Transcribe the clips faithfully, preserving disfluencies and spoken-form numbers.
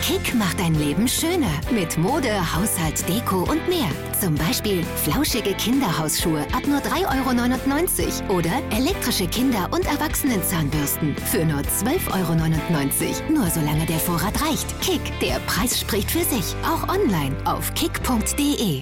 Kick macht dein Leben schöner. Mit Mode, Haushalt, Deko und mehr. Zum Beispiel flauschige Kinderhausschuhe ab nur drei Euro neunundneunzig oder elektrische Kinder- und Erwachsenenzahnbürsten für nur zwölf Euro neunundneunzig. Nur solange der Vorrat reicht. Kick, der Preis spricht für sich. Auch online auf kick punkt de.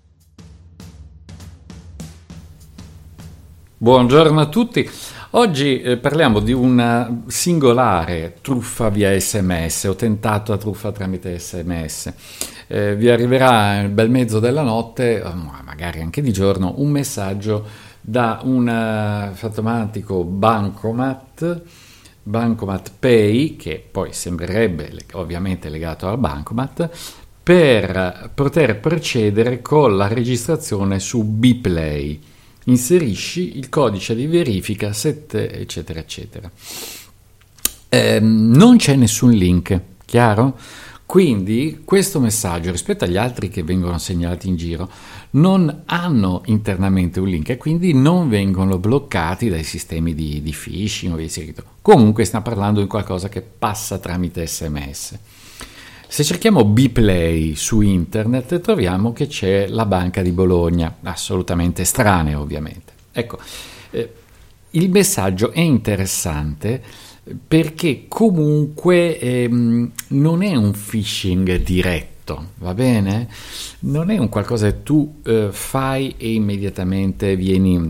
Buongiorno a tutti. Oggi eh, parliamo di una singolare truffa via sms o tentata truffa tramite sms. Eh, vi arriverà nel bel mezzo della notte, magari anche di giorno, un messaggio da un fantomatico bancomat, Bancomat Pay, che poi sembrerebbe ovviamente legato al bancomat, per poter procedere con la registrazione su Bplay. Inserisci il codice di verifica sette eccetera eccetera. Eh, non c'è nessun link, chiaro? Quindi questo messaggio, rispetto agli altri che vengono segnalati in giro, non hanno internamente un link e quindi non vengono bloccati dai sistemi di, di phishing o di seguito. Comunque stiamo parlando di qualcosa che passa tramite sms. Se cerchiamo Bplay su internet troviamo che c'è la Banca di Bologna, assolutamente estranea ovviamente. Ecco, eh, il messaggio è interessante perché comunque ehm, non è un phishing diretto, va bene? Non è un qualcosa che tu eh, fai e immediatamente vieni,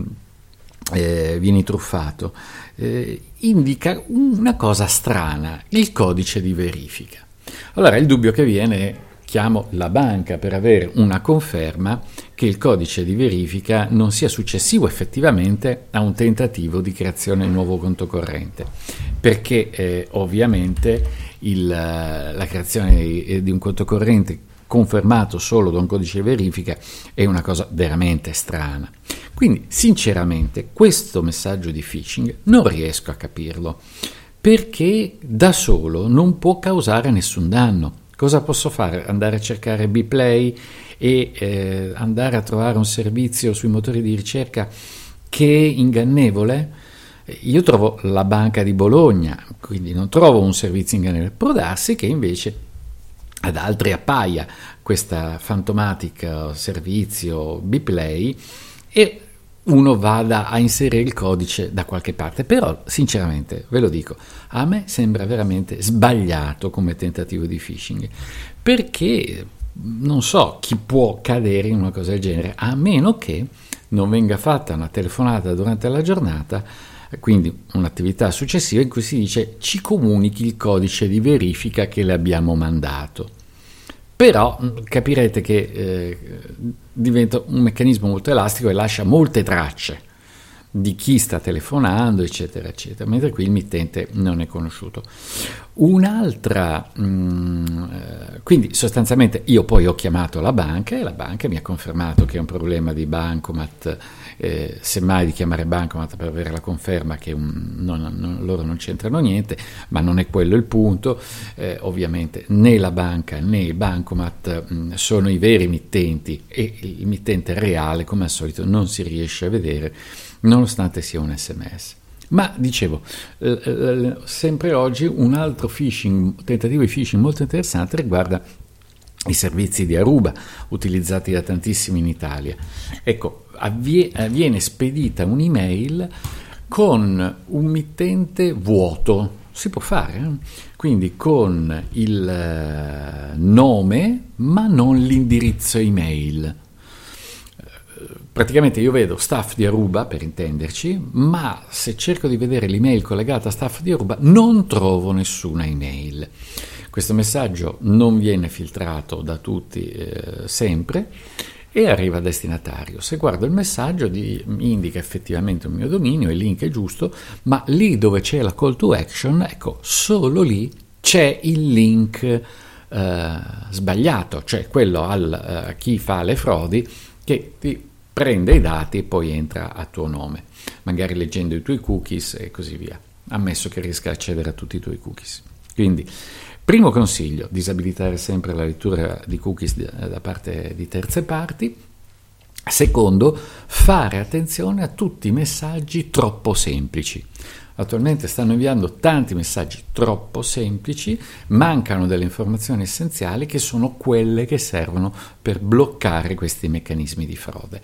eh, vieni truffato. Eh, indica una cosa strana, il codice di verifica. Allora il dubbio che viene è: chiamo la banca per avere una conferma che il codice di verifica non sia successivo effettivamente a un tentativo di creazione di nuovo conto corrente, perché eh, ovviamente il, la creazione di, di un conto corrente confermato solo da un codice di verifica è una cosa veramente strana. Quindi sinceramente questo messaggio di phishing non riesco a capirlo, perché da solo non può causare nessun danno. Cosa posso fare? Andare a cercare Bplay e eh, andare a trovare un servizio sui motori di ricerca che è ingannevole? Io trovo la Banca di Bologna, quindi non trovo un servizio ingannevole. Può darsi che invece ad altri appaia questa fantomatica servizio Bplay e uno vada a inserire il codice da qualche parte, però sinceramente ve lo dico, a me sembra veramente sbagliato come tentativo di phishing, perché non so chi può cadere in una cosa del genere, a meno che non venga fatta una telefonata durante la giornata, quindi un'attività successiva in cui si dice: ci comunichi il codice di verifica che le abbiamo mandato. Però capirete che eh, diventa un meccanismo molto elastico e lascia molte tracce di chi sta telefonando, eccetera, eccetera, mentre qui il mittente non è conosciuto. Un'altra, mh, eh, quindi sostanzialmente io poi ho chiamato la banca e la banca mi ha confermato che è un problema di bancomat, eh, semmai di chiamare bancomat per avere la conferma che un, non, non, loro non c'entrano niente, ma non è quello il punto. Eh, ovviamente né la banca né il bancomat mh, sono i veri mittenti e il mittente reale come al solito non si riesce a vedere nonostante sia un sms. Ma dicevo, eh, eh, sempre oggi un altro phishing, tentativo di phishing molto interessante riguarda i servizi di Aruba utilizzati da tantissimi in Italia. Ecco, avvie, viene spedita un'email con un mittente vuoto, si può fare, eh? Quindi con il eh, nome ma non l'indirizzo email. Praticamente io vedo staff di Aruba, per intenderci, ma se cerco di vedere l'email collegata a staff di Aruba non trovo nessuna email. Questo messaggio non viene filtrato da tutti eh, sempre e arriva al destinatario. Se guardo il messaggio di, mi indica effettivamente un mio dominio, il link è giusto, ma lì dove c'è la call to action, ecco, solo lì c'è il link eh, sbagliato, cioè quello al, a chi fa le frodi che ti prende i dati e poi entra a tuo nome, magari leggendo i tuoi cookies e così via, ammesso che riesca a accedere a tutti i tuoi cookies. Quindi, primo consiglio, disabilitare sempre la lettura di cookies da parte di terze parti. Secondo, fare attenzione a tutti i messaggi troppo semplici. Attualmente stanno inviando tanti messaggi troppo semplici, mancano delle informazioni essenziali che sono quelle che servono per bloccare questi meccanismi di frode.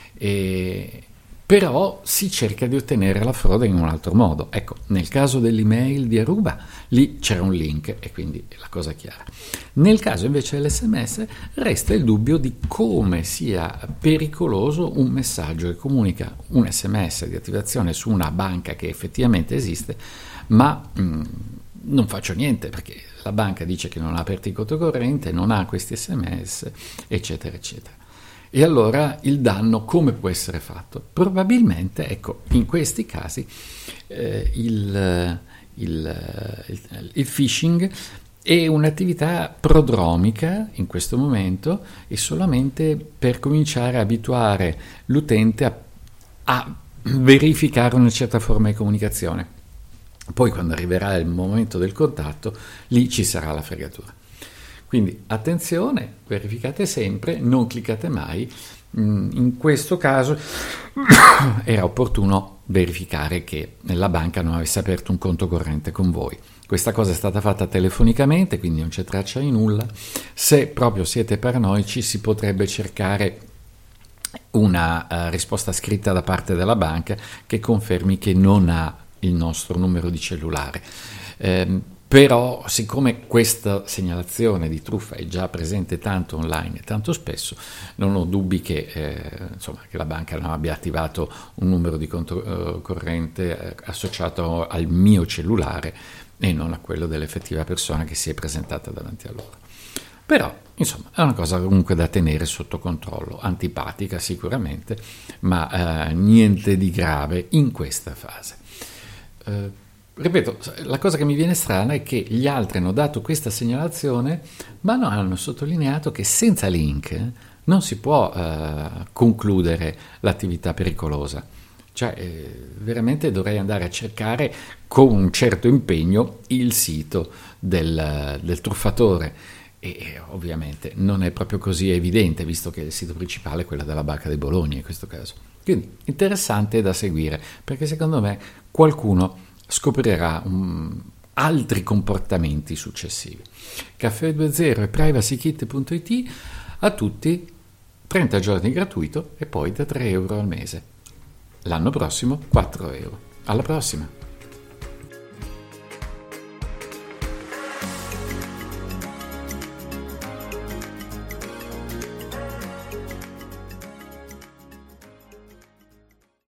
E però si cerca di ottenere la frode in un altro modo. Ecco, nel caso dell'email di Aruba, lì c'era un link e quindi la cosa è chiara. Nel caso invece dell'esse emme esse resta il dubbio di come sia pericoloso un messaggio che comunica un esse emme esse di attivazione su una banca che effettivamente esiste, ma mh, non faccio niente perché la banca dice che non ha aperto il conto corrente, non ha questi esse emme esse, eccetera, eccetera. E allora il danno come può essere fatto? Probabilmente, ecco, in questi casi eh, il, il, il, il phishing è un'attività prodromica in questo momento e solamente per cominciare a abituare l'utente a, a verificare una certa forma di comunicazione. Poi quando arriverà il momento del contatto, lì ci sarà la fregatura. Quindi attenzione, verificate sempre, non cliccate mai. In questo caso era opportuno verificare che la banca non avesse aperto un conto corrente con voi. Questa cosa è stata fatta telefonicamente, quindi non c'è traccia di nulla. Se proprio siete paranoici, si potrebbe cercare una uh, risposta scritta da parte della banca che confermi che non ha il nostro numero di cellulare. Eh, Però, siccome questa segnalazione di truffa è già presente tanto online e tanto spesso, non ho dubbi che, eh, insomma, che la banca non abbia attivato un numero di conto eh, corrente eh, associato al mio cellulare e non a quello dell'effettiva persona che si è presentata davanti a loro. Però, insomma, è una cosa comunque da tenere sotto controllo, antipatica sicuramente, ma eh, niente di grave in questa fase. Eh, Ripeto, la cosa che mi viene strana è che gli altri hanno dato questa segnalazione, ma non hanno sottolineato che senza link non si può eh, concludere l'attività pericolosa. Cioè, eh, veramente dovrei andare a cercare con un certo impegno il sito del, del truffatore. E, e ovviamente non è proprio così evidente, visto che il sito principale è quello della Banca di Bologna in questo caso. Quindi, interessante da seguire, perché secondo me qualcuno scoprirà um, altri comportamenti successivi. Caffè due zero e privacykit punto it a tutti, trenta giorni gratuito e poi da tre euro al mese. L'anno prossimo quattro euro. Alla prossima!